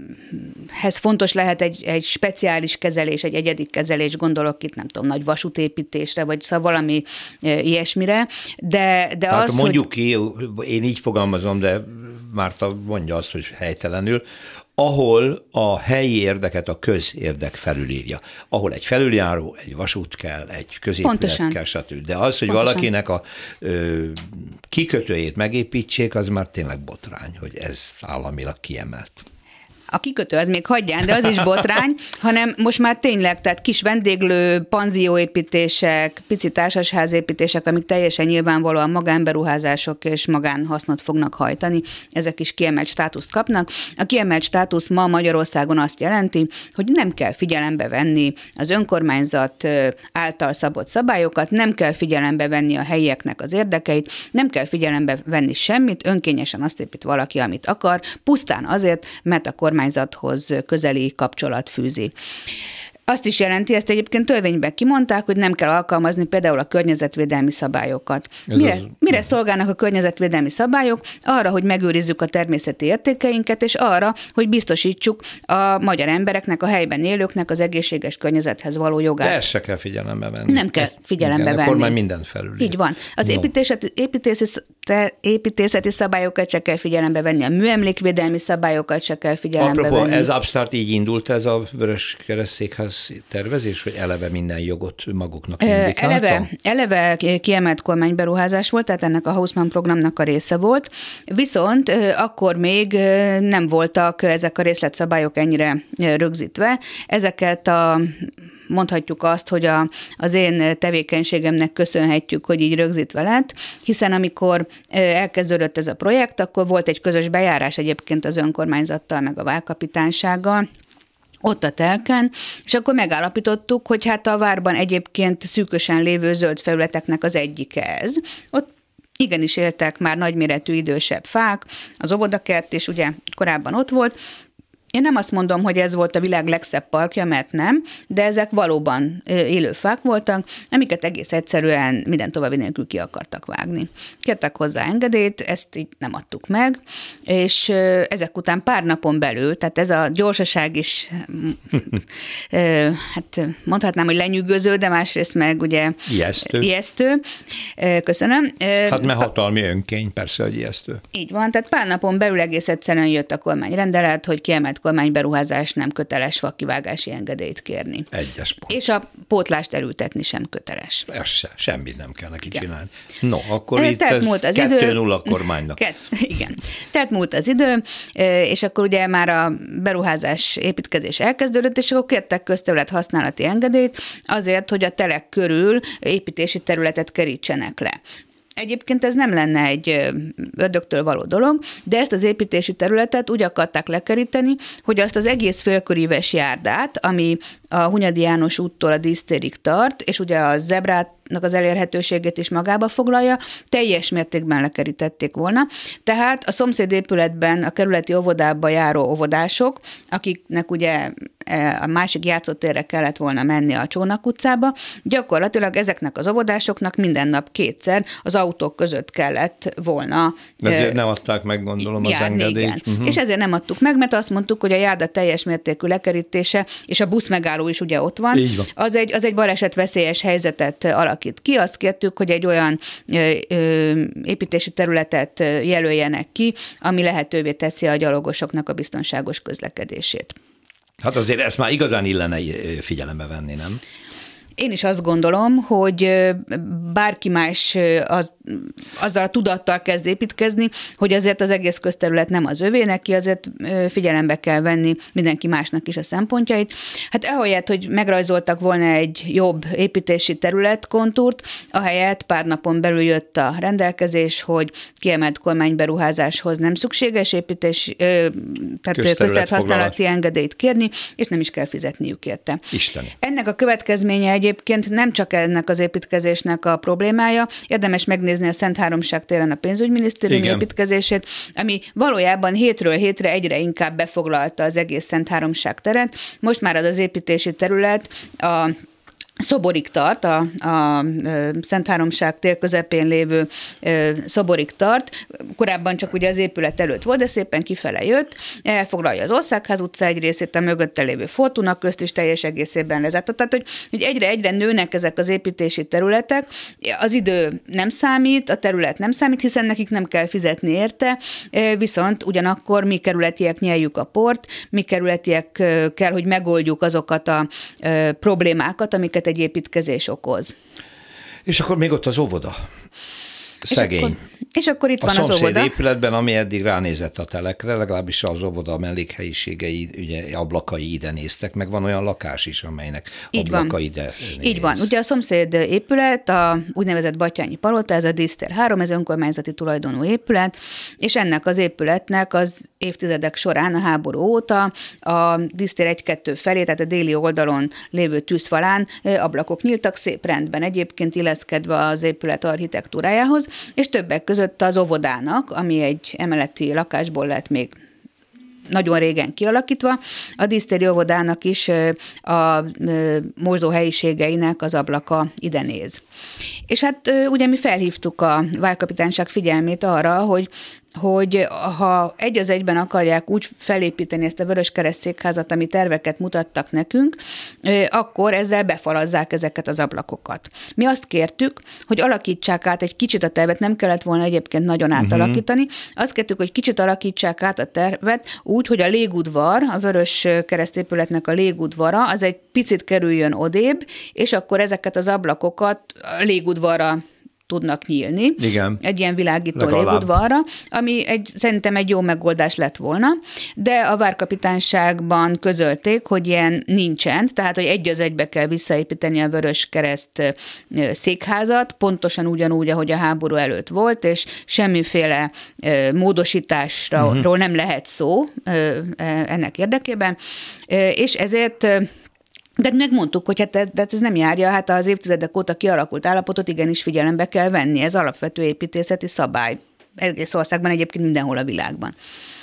fontos lehet egy, egy speciális kezelés, egy egyedi kezelés, gondolok itt nem tudom, nagy vasútépítésre, vagy szóval valami ilyesmire, de, de Tehát az, mondjuk hogy... ki, én így fogalmazom, de Márta mondja azt, hogy helytelenül, ahol a helyi érdeket a közérdek felülírja. Ahol egy felüljáró, egy vasút kell, egy középület Pontosan. kell, stb. De az, hogy Pontosan. valakinek a ö, kikötőjét megépítsék, az már tényleg botrány, hogy ez államilag kiemelt. A kikötő az még hagyján, de az is botrány, hanem most már tényleg, tehát kis vendéglő, panzióépítések, pici társasházépítések, amik teljesen nyilvánvalóan magánberuházások és magánhasznot fognak hajtani, ezek is kiemelt státuszt kapnak. A kiemelt státusz ma Magyarországon azt jelenti, hogy nem kell figyelembe venni az önkormányzat által szabott szabályokat, nem kell figyelembe venni a helyieknek az érdekeit, nem kell figyelembe venni semmit, önkényesen azt épít valaki, amit akar, pusztán azért, mert a kormány önkormányzathoz közeli kapcsolat fűzi. Azt is jelenti, ezt egyébként törvényben kimondták, hogy nem kell alkalmazni például a környezetvédelmi szabályokat. Mire, az... mire szolgálnak a környezetvédelmi szabályok? Arra, hogy megőrizzük a természeti értékeinket, és arra, hogy biztosítsuk a magyar embereknek, a helyben élőknek az egészséges környezethez való jogát. De ezt se kell figyelembe venni. Nem kell figyelembe igen, venni. Akkor már mindent felül. Így van. Az no. építészeti, építészeti, építészeti szabályokat se kell figyelembe venni, a műemlékvédelmi szabályokat se kell figyelembe Apropó, venni. ez absztart így indult ez a Vöröskereszt Székház tervezés, hogy eleve minden jogot maguknak indikálta? Eleve, eleve kiemelt kormányberuházás volt, tehát ennek a Hausmann programnak a része volt, viszont akkor még nem voltak ezek a részletszabályok ennyire rögzítve. Ezeket a mondhatjuk azt, hogy a, az én tevékenységemnek köszönhetjük, hogy így rögzítve lett, hiszen amikor elkezdődött ez a projekt, akkor volt egy közös bejárás egyébként az önkormányzattal, meg a várkapitánysággal, ott a telken, és akkor megállapítottuk, hogy hát a várban egyébként szűkösen lévő zöld felületeknek az egyike ez. Ott igenis éltek már nagyméretű idősebb fák, az óvodakert, és ugye korábban ott volt. Én nem azt mondom, hogy ez volt a világ legszebb parkja, mert nem, de ezek valóban élő fák voltak, amiket egész egyszerűen minden további nélkül ki akartak vágni. Kértek hozzá engedélyt, ezt így nem adtuk meg, és ezek után pár napon belül, tehát ez a gyorsaság is, hát mondhatnám, hogy lenyűgöző, de másrészt meg ugye ijesztő. ijesztő. Köszönöm. Hát mert hatalmi önkény, persze, hogy ijesztő. Így van, tehát pár napon belül egész egyszerűen jött a kormányrendelet, hogy kiemelt kormányberuházás nem köteles fakivágási engedélyt kérni. Egyes pont. És a pótlást elültetni sem köteles. Ez se, semmit nem kell neki igen. csinálni. No, akkor e, itt ez kettő nulla kormánynak. Kett, igen. Tehát múlt az idő, és akkor ugye már a beruházás építkezés elkezdődött, és akkor kértek közterület használati engedélyt azért, hogy a telek körül építési területet kerítsenek le. Egyébként ez nem lenne egy ördögtől való dolog, de ezt az építési területet úgy akarták lekeríteni, hogy azt az egész félköríves járdát, ami a Hunyadi János úttól a dísztérig tart, és ugye a zebrátnak az elérhetőségét is magába foglalja, teljes mértékben lekerítették volna. Tehát a szomszéd épületben a kerületi óvodába járó óvodások, akiknek ugye a másik játszótérre kellett volna menni a Csónak utcába, gyakorlatilag ezeknek az óvodásoknak minden nap kétszer az autók között kellett volna. Ezért nem adták meg, gondolom, az engedélyt. Uh-huh. És ezért nem adtuk meg, mert azt mondtuk, hogy a járda teljes mértékű lekerítése, és a buszmegálló is ugye ott van, van. Az, egy, az egy balesetveszélyes helyzetet alakít ki. Azt kértük, hogy egy olyan ö, ö, építési területet jelöljenek ki, ami lehetővé teszi a gyalogosoknak a biztonságos közlekedését. Hát azért ezt már igazán illene figyelembe venni, nem? Én is azt gondolom, hogy bárki más az, azzal a tudattal kezd építkezni, hogy azért az egész közterület nem az övé, neki azért figyelembe kell venni mindenki másnak is a szempontjait. Hát ahelyett, hogy megrajzoltak volna egy jobb építési területkontúrt, ahelyett pár napon belül jött a rendelkezés, hogy kiemelt kormányberuházáshoz nem szükséges építés, tehát közterület használati engedélyt kérni, és nem is kell fizetniük érte. Isteni. Ennek a következménye egyébként nem csak ennek az építkezésnek a problémája, érdemes megnézni a Szent Háromság téren a pénzügyminisztérium Igen. építkezését, ami valójában hétről hétre egyre inkább befoglalta az egész Szent Háromság teret. Most már az az építési terület a Szoborig tart, a, a Szent Háromság tér közepén lévő Szoborig tart. Korábban csak ugye az épület előtt volt, de szépen kifele jött. Elfoglalja az Országház utca egy részét, a mögötte lévő Fortuna közt is teljes egészében lezárta. Tehát, hogy, hogy egyre-egyre nőnek ezek az építési területek. Az idő nem számít, a terület nem számít, hiszen nekik nem kell fizetni érte, viszont ugyanakkor mi kerületiek nyeljük a port, mi kerületiek kell, hogy megoldjuk azokat a problémákat, amiket egy építkezés okoz. És akkor még ott az óvoda. Szegény. És akkor, és akkor itt a van az óvoda. A szomszéd épületben, ami eddig ránézett a telekre, legalábbis az óvoda mellékhelyiségei, ugye ablakai ide néztek, meg van olyan lakás is, amelynek így ablakai van. ide néz. Így van. Ugye a szomszéd épület, a úgynevezett Batthyány Palota, ez a Dísztér három, ez önkormányzati tulajdonú épület, és ennek az épületnek az évtizedek során a háború óta a Dísztér egy-kettő felé, tehát a déli oldalon lévő tűzfalán ablakok nyíltak szép rendben, egyébként illeszkedve az épület architektúrájához, és többek között az óvodának, ami egy emeleti lakásból lett még nagyon régen kialakítva, a dísztéri óvodának is a mosdó helyiségeinek az ablaka ide néz. És hát ugye mi felhívtuk a várkapitányság figyelmét arra, hogy hogy ha egy az egyben akarják úgy felépíteni ezt a Vöröskereszt székházat, ami terveket mutattak nekünk, akkor ezzel befalazzák ezeket az ablakokat. Mi azt kértük, hogy alakítsák át egy kicsit a tervet, nem kellett volna egyébként nagyon átalakítani, azt kértük, hogy kicsit alakítsák át a tervet úgy, hogy a légudvar, a Vöröskereszt épületnek a légudvara, az egy picit kerüljön odébb, és akkor ezeket az ablakokat a légudvarra tudnak nyílni. Igen. Egy ilyen világító légudvarra, ami egy, szerintem egy jó megoldás lett volna, de a várkapitányságban közölték, hogy ilyen nincsen, tehát, hogy egy az egybe kell visszaépíteni a Vöröskereszt székházat, pontosan ugyanúgy, ahogy a háború előtt volt, és semmiféle módosításról uh-huh. nem lehet szó ennek érdekében, és ezért de megmondtuk, hogy hát, hát ez nem járja, hát az évtizedek óta kialakult állapotot igenis figyelembe kell venni. Ez alapvető építészeti szabály. Egész országban, egyébként mindenhol a világban.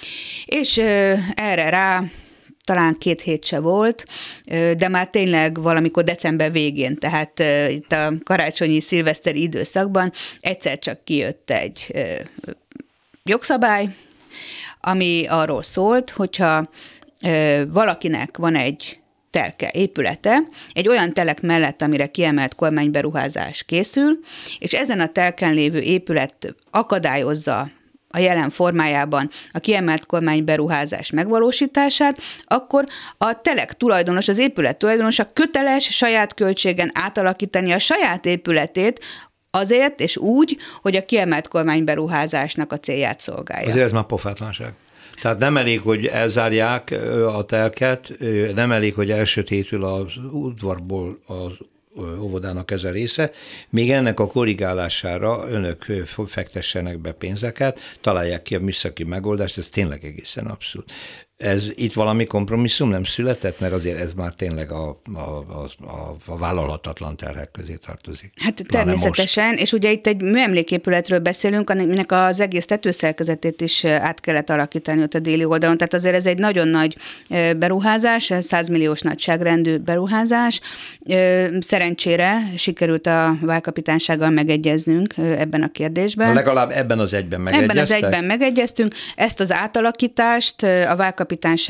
És erre rá talán két hét se volt, de már tényleg valamikor december végén, tehát itt a karácsonyi szilveszteri időszakban egyszer csak kijött egy jogszabály, ami arról szólt, hogyha valakinek van egy telke, épülete, egy olyan telek mellett, amire kiemelt kormányberuházás készül, és ezen a telken lévő épület akadályozza a jelen formájában a kiemelt kormányberuházás megvalósítását, akkor a telek tulajdonos, az épület tulajdonosa köteles saját költségen átalakítani a saját épületét azért és úgy, hogy a kiemelt kormányberuházásnak a célját szolgálja. Azért ez már pofátlanság. Tehát nem elég, hogy elzárják a telket, nem elég, hogy elsötétül az udvarból az óvodának ez a része, még ennek a korrigálására önök fektessenek be pénzeket, találják ki a műszaki megoldást, ez tényleg egészen abszurd. Ez itt valami kompromisszum nem született, mert azért ez már tényleg a, a, a, a vállalhatatlan terhek közé tartozik. Hát természetesen, és ugye itt egy műemléképületről beszélünk, aminek az egész tetőszerkezetét is át kellett alakítani ott a déli oldalon, tehát azért ez egy nagyon nagy beruházás, száz milliós nagyságrendű beruházás. Szerencsére sikerült a várkapitánysággal megegyeznünk ebben a kérdésben. Na legalább ebben az egyben megegyeztek? Ebben az egyben megegyeztünk. Ezt az átalakítást a várkapitányság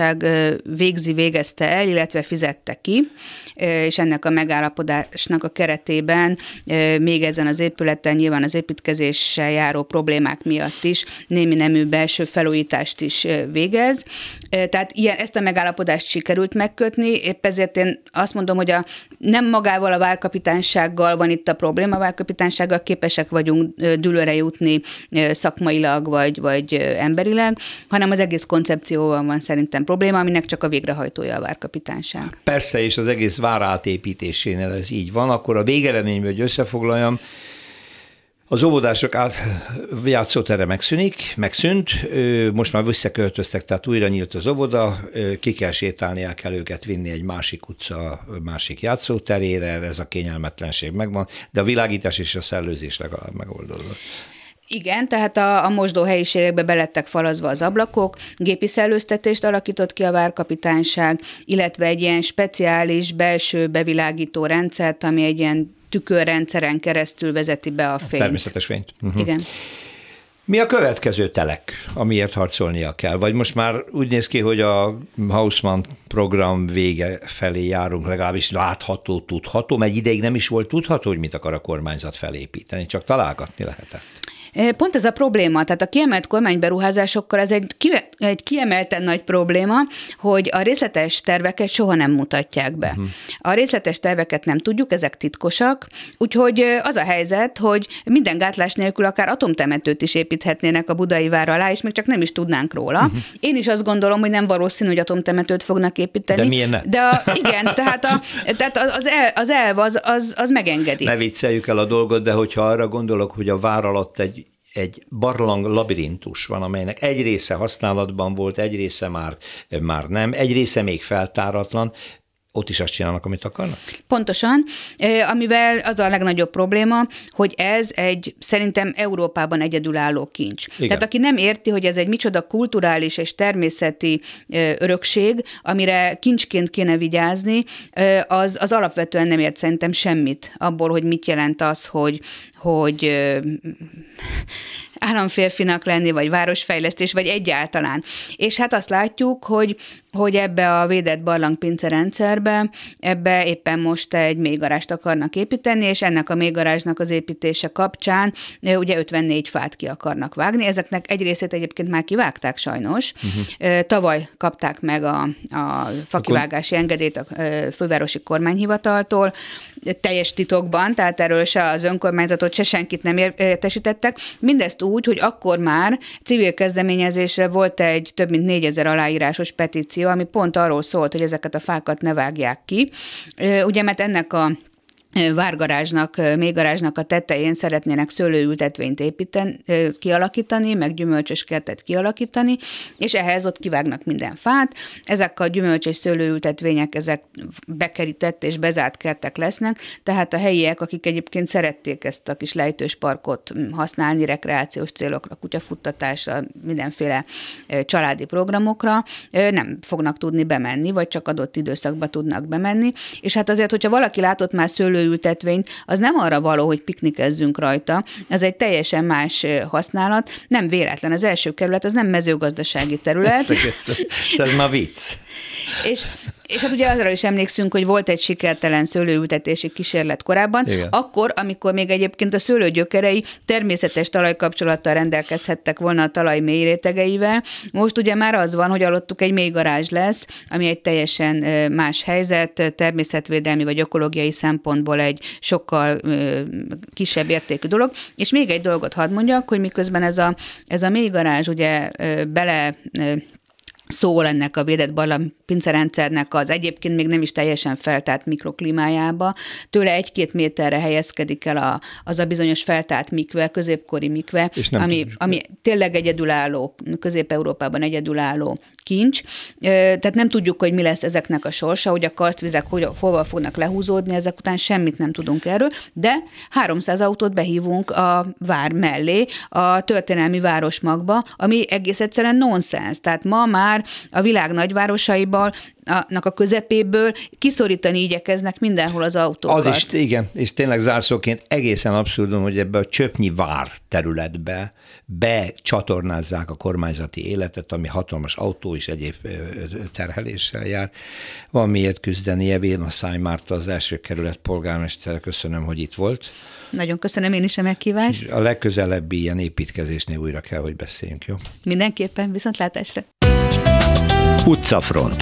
végzi, végezte el, illetve fizette ki, és ennek a megállapodásnak a keretében még ezen az épületen nyilván az építkezéssel járó problémák miatt is némi nemű belső felújítást is végez. Tehát ilyen, ezt a megállapodást sikerült megkötni, épp ezért én azt mondom, hogy a, nem magával a várkapitánysággal van itt a probléma, a várkapitánysággal képesek vagyunk dűlőre jutni szakmailag vagy, vagy emberileg, hanem az egész koncepcióval van szerintem probléma, aminek csak a végrehajtója a várkapitányság. Persze, és az egész vár átépítésénél ez így van, akkor a végeredményben, hogy összefoglaljam, az óvodások át, játszótere megszűnik, megszűnt, most már visszaköltöztek, tehát újra nyílt az óvoda, ki kell sétálni, el kell őket vinni egy másik utca, másik játszóterére, ez a kényelmetlenség megvan, de a világítás és a szellőzés legalább megoldódott. Igen, tehát a, a mosdó helyiségekbe belettek falazva az ablakok, gépi szellőztetést alakított ki a várkapitányság, illetve egy ilyen speciális belső bevilágító rendszert, ami egy ilyen tükörrendszeren keresztül vezeti be a fényt. Természetes fényt. Uh-huh. Igen. Mi a következő telek, amiért harcolnia kell? Vagy most már úgy néz ki, hogy a Haussmann program vége felé járunk, legalábbis látható, tudható, mert ideig nem is volt tudható, hogy mit akar a kormányzat felépíteni, csak találgatni lehetett. Pont ez a probléma, tehát a kiemelt kormányberuházásokkal ez egy, egy kiemelten nagy probléma, hogy a részletes terveket soha nem mutatják be. Uh-huh. A részletes terveket nem tudjuk, ezek titkosak, úgyhogy az a helyzet, hogy minden gátlás nélkül akár atomtemetőt is építhetnének a Budai vár alá, és még csak nem is tudnánk róla. Uh-huh. Én is azt gondolom, hogy nem valószínű, hogy atomtemetőt fognak építeni. De miért ne? De a, igen, tehát, a, tehát az, el, az elv az, az, az megengedi. Ne vicceljük el a dolgot, de hogyha arra gondolok, hogy a vár alatt egy egy barlang labirintus van, amelynek egy része használatban volt, egy része már, már nem, egy része még feltáratlan. ott is azt csinálnak, amit akarnak? Pontosan, amivel az a legnagyobb probléma, hogy ez egy szerintem Európában egyedülálló kincs. Igen. Tehát aki nem érti, hogy ez egy micsoda kulturális és természeti örökség, amire kincsként kéne vigyázni, az, az alapvetően nem ért szerintem semmit abból, hogy mit jelent az, hogy, hogy államférfinak lenni, vagy városfejlesztés, vagy egyáltalán. És hát azt látjuk, hogy, hogy ebbe a védett barlangpince rendszerbe, ebbe éppen most egy mélygarást akarnak építeni, és ennek a mélygarázsnak az építése kapcsán ugye ötvennégy fát ki akarnak vágni. Ezeknek egy részét egyébként már kivágták sajnos. Uh-huh. Tavaly kapták meg a, a fakivágási Akkor... engedélyt a fővárosi kormányhivataltól, teljes titokban, tehát erről se az önkormányzatot, se senkit nem értesítettek. Mindezt úgy, hogy akkor már civil kezdeményezésre volt egy több mint négyezer aláírásos petíció, ami pont arról szólt, hogy ezeket a fákat ne vágják ki. Ugye, mert ennek a várgarázsnak, mélygarázsnak a tetején szeretnének szőlőültetvényt építeni, kialakítani, meg gyümölcsös kertet kialakítani, és ehhez ott kivágnak minden fát. Ezek a gyümölcs és szőlőültetvények, ezek bekerített és bezárt kertek lesznek, tehát a helyiek, akik egyébként szerették ezt a kis lejtős parkot használni rekreációs célokra, kutyafuttatásra, mindenféle családi programokra, nem fognak tudni bemenni, vagy csak adott időszakban tudnak bemenni. És hát azért, hogyha valaki látott már szőlő ültetvényt, az nem arra való, hogy piknikezzünk rajta, ez egy teljesen más használat, nem véletlen. Az első kerület, az nem mezőgazdasági terület. Ez már vicc. És És hát ugye azra is emlékszünk, hogy volt egy sikertelen szőlőültetési kísérlet korábban, igen. Akkor, amikor még egyébként a szőlőgyökerei természetes talajkapcsolattal rendelkezhettek volna a talaj mély rétegeivel. Most ugye már az van, hogy alottuk egy mélygarázs lesz, ami egy teljesen más helyzet, természetvédelmi vagy ökológiai szempontból egy sokkal kisebb értékű dolog. És még egy dolgot hadd mondjak, hogy miközben ez a, ez a mélygarázs ugye bele szól ennek a védett barlangpincerendszernek az egyébként még nem is teljesen feltárt mikroklímájába. Tőle egy-két méterre helyezkedik el a, az a bizonyos feltárt mikve, középkori mikve, ami, ami tényleg egyedülálló, Közép-Európában egyedülálló kincs. Tehát nem tudjuk, hogy mi lesz ezeknek a sorsa, hogy a karsztvizek hova fognak lehúzódni, ezek után semmit nem tudunk erről, de háromszáz autót behívunk a vár mellé, a történelmi városmagba, ami egész egyszerűen nonsens. Tehát ma már a világ nagyvárosaiból, annak a közepéből kiszorítani igyekeznek mindenhol az autókat. Az is, igen, és tényleg zárszóként egészen abszurdum, hogy ebbe a Csöpnyi vár területbe becsatornázzák a kormányzati életet, ami hatalmas autó és egyéb terheléssel jár. Van miért küzdeni, Evéna Szájmárta, az első kerület polgármestere, köszönöm, hogy itt volt. Nagyon köszönöm én is a meghívást. A legközelebbi ilyen építkezésnél újra kell, hogy beszéljünk, jó? Mindenképpen, viszontlátásra. Utcafront.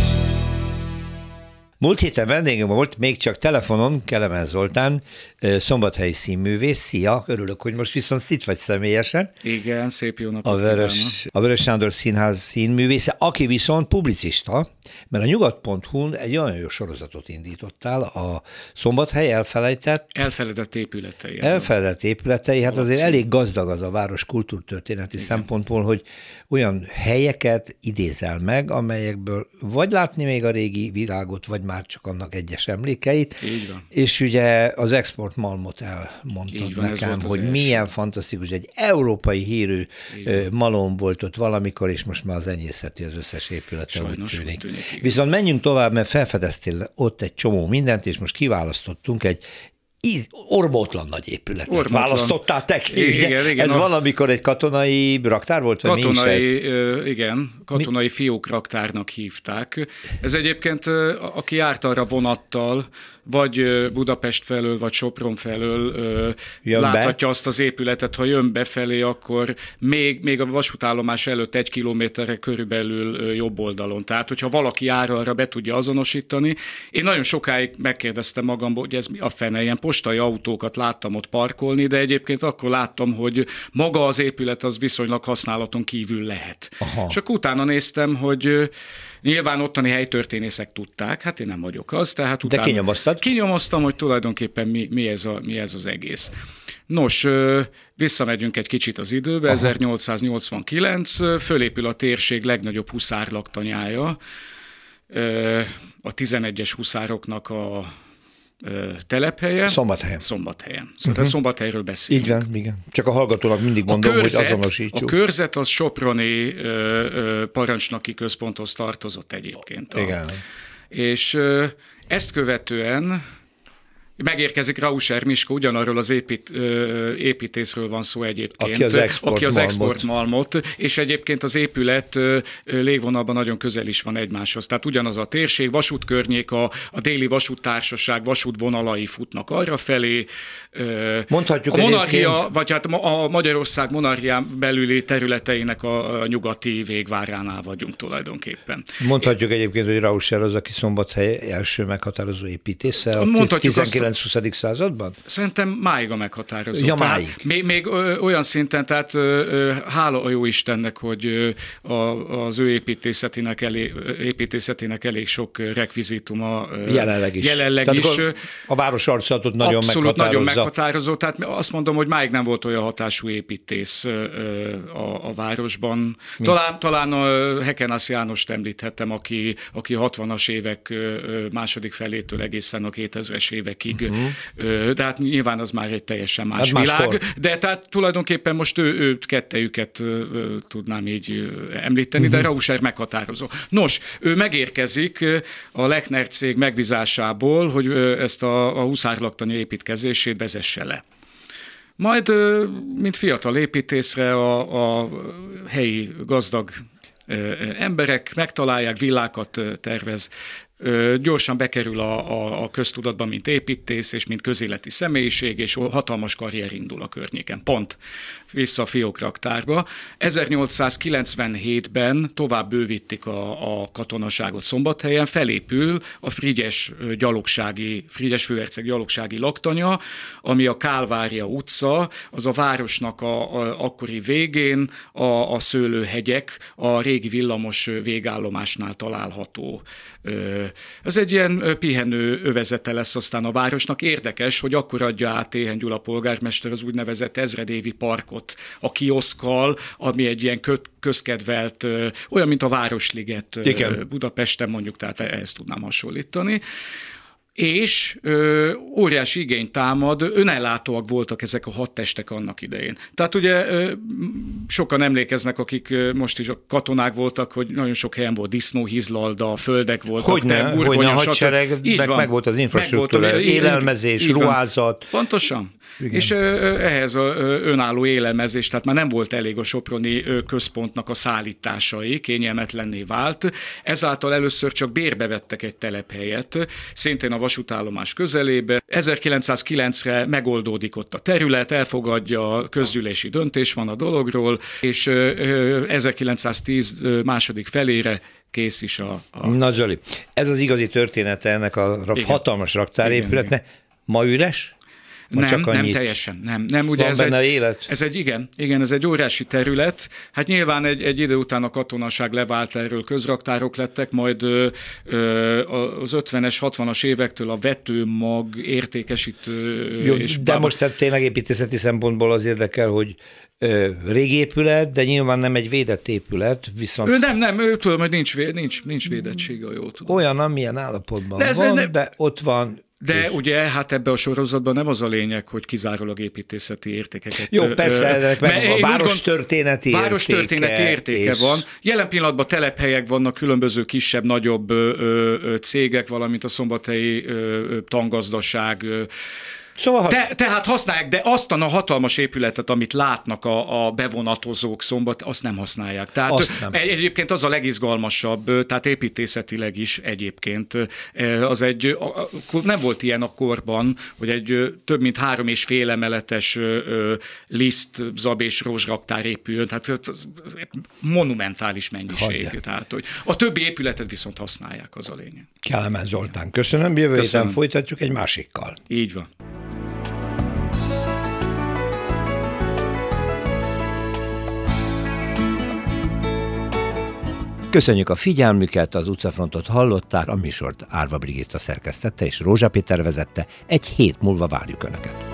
Múlt héten vendégem volt, még csak telefonon, Kelemen Zoltán, szombathelyi színművész. Szia, örülök, hogy most viszont itt vagy személyesen. Igen, szép jó napot a Vörös, a Vörös Sándor Színház színművésze, aki viszont publicista, mert a nyugat pont hu-n egy olyan jó sorozatot indítottál, a Szombathely elfelejtett... Elfeledett épületei. Elfeledett épületei, hát azért elég gazdag az a város kultúrtörténeti Igen. szempontból, hogy olyan helyeket idézel meg, amelyekből vagy látni még a régi világot, vagy már csak annak egyes emlékeit. Így van. És ugye az Export Malmot elmondtad van, nekem, hogy első. Milyen fantasztikus, egy európai hírű malom volt ott valamikor, és most már az enyészeti az összes épülete. Sajnos úgy tűnik. tűnik Viszont menjünk tovább, mert felfedeztél ott egy csomó mindent, és most kiválasztottunk egy ormótlan nagy épületet. Ormótlan. Választottál te ki, ugye? Igen, igen, Ez a... valamikor egy katonai raktár volt? Vagy katonai, mi is ez? Igen, katonai mi? fiók raktárnak hívták. Ez egyébként, aki járt arra vonattal, vagy Budapest felől, vagy Sopron felől jön láthatja be? Azt az épületet, ha jön befelé, akkor még, még a vasútállomás előtt egy kilométerre körülbelül jobb oldalon. Tehát, hogyha valaki jár arra, be tudja azonosítani. Én nagyon sokáig megkérdeztem magamból, hogy ez mi a fene, ilyen postai autókat láttam ott parkolni, de egyébként akkor láttam, hogy maga az épület az viszonylag használaton kívül lehet. Aha. És akkor utána néztem, hogy nyilván ottani helytörténészek tudták, hát én nem vagyok az, tehát utána... De kinyomoztad? Kinyomoztam, hogy tulajdonképpen mi, mi, ez a, mi ez az egész. Nos, visszamegyünk egy kicsit az időbe, Aha. ezernyolcszáznyolcvankilenc, fölépül a térség legnagyobb huszárlaktanyája, a tizenegyes huszároknak a telephelye. Szombathelyen. Szombathelyen. Szóval uh-huh. Szombathelyről beszélünk. Így van, igen. Csak a hallgatónak mindig mondom, körzet, hogy azonosítjuk. A körzet az soproni ö, ö, parancsnoki központhoz tartozott egyébként. Igen. A, és ö, ezt követően megérkezik Rauser Miska, ugyanarról az épít, ö, építészről van szó egyébként. Aki az export, aki az malmot. export malmot, és egyébként az épület ö, légvonalban nagyon közel is van egymáshoz. Tehát ugyanaz a térség, vasútkörnyék, a, a déli vasúttársaság vasútvonalai futnak arra felé. Ö, Mondhatjuk a monarchia, egyébként... vagy hát a Magyarország monarchián belüli területeinek a, a nyugati végváránál vagyunk tulajdonképpen. Mondhatjuk egyébként, hogy Rauser az, aki Szombathely első meghatározó építésze a tizenkilenc-huszadik században? Szerintem máig a meghatározó. Ja, máig. Még, még ö, olyan szinten, tehát ö, hála a jó Istennek, hogy ö, a, az ő építészetének elég, építészetének elég sok rekvizituma ö, jelenleg is. Jelenleg tehát is a város arculatot nagyon abszolút meghatározza. nagyon meghatározó, tehát azt mondom, hogy máig nem volt olyan hatású építész ö, a, a városban. Talán, talán a Hekenász Jánost említhettem, aki, aki hatvanas évek ö, második felétől egészen a kétezres évekig. Uh-huh. De hát nyilván az már egy teljesen más hát világ. Máskor. De tehát tulajdonképpen most ő, ő kettejüket tudnám így említeni, uh-huh. de Rauser meghatározó. Nos, ő megérkezik a Lechner cég megbízásából, hogy ezt a, a huszárlaktanya építkezését vezesse le. Majd, mint fiatal építészre a, a helyi gazdag emberek megtalálják, villákat tervez, gyorsan bekerül a, a, a köztudatba, mint építész, és mint közéleti személyiség, és hatalmas karrier indul a környéken. Pont. Vissza a fiókraktárba. ezernyolcszázkilencvenhétben tovább bővítik a, a katonaságot Szombathelyen, felépül a Frigyes gyalogsági, Frigyes főherceg gyalogsági laktanya, ami a Kálvária utca, az a városnak a, a akkori végén a, a Szőlőhegyek, a régi villamos végállomásnál található. Ez egy ilyen pihenő övezete lesz aztán a városnak. Érdekes, hogy akkor adja át Éhen Gyula polgármester az úgynevezett ezredévi parkot a kioszkkal, ami egy ilyen közkedvelt, olyan, mint a Városliget igen. Budapesten mondjuk, tehát ezt tudnám hasonlítani. És ö, óriási igényt támad, önellátóak voltak ezek a hadtestek annak idején. Tehát ugye ö, sokan emlékeznek, akik ö, most is a katonák voltak, hogy nagyon sok helyen volt disznóhizlalda, földek voltak. Hogyne, hogyne a hadseregnek meg volt az infrastruktúra, élelmezés, ruházat. Pontosan. Igen. És ö, ehhez a ö, önálló élelmezés, tehát már nem volt elég a soproni ö, központnak a szállításai, kényelmetlenné vált. Ezáltal először csak bérbe vettek egy telephelyet, szintén a vasútállomás közelébe. ezerkilencszázkilencre megoldódik ott a terület, elfogadja, a közgyűlési döntés van a dologról, és ezerkilencszáztíz második felére kész is a... a... Na Zoli, ez az igazi története ennek a igen. hatalmas raktárépületnek. Ma üres? Nem, csak nem teljesen, nem. nem ugye van ez benne egy, élet? Ez egy, igen, igen, ez egy óriási terület. Hát nyilván egy, egy idő után a katonaság levált erről, közraktárok lettek, majd ö, ö, az ötvenes, hatvanas évektől a vetőmag, értékesítő... Jó, és de bár... most tehát tényleg építészeti szempontból az érdekel, hogy ö, régi épület, de nyilván nem egy védett épület, viszont... Ő nem, nem, ő tudom, hogy nincs, nincs, nincs védettsége, jól tudom. Olyan, amilyen állapotban de van, ne... de ott van... De és... ugye, hát ebbe a sorozatban nem az a lényeg, hogy kizárólag építészeti értékeket... Jó, persze, ennek meg a várostörténeti város értéke. értéke és... van. Jelen pillanatban telephelyek vannak, különböző kisebb, nagyobb ö, ö, cégek, valamint a szombathelyi ö, tangazdaság, ö, Szóval hasz... Te, tehát használják, de azt a hatalmas épületet, amit látnak a, a bevonatozók Szombat, azt nem használják. Tehát azt nem. Egyébként az a legizgalmasabb, tehát építészetileg is egyébként. Az egy, nem volt ilyen a korban, hogy egy több mint három és fél emeletes liszt, zab és rozsraktár épüljön. Tehát monumentális mennyiség. Tehát, hogy a többi épületet viszont használják, az a lényeg. Kelemen Zoltán, köszönöm. Jövő héten folytatjuk egy másikkal. Így van. Köszönjük a figyelmüket, az utcafrontot hallották, a műsort Árva Brigitta szerkesztette és Rózsa Péter vezette. Egy hét múlva várjuk Önöket.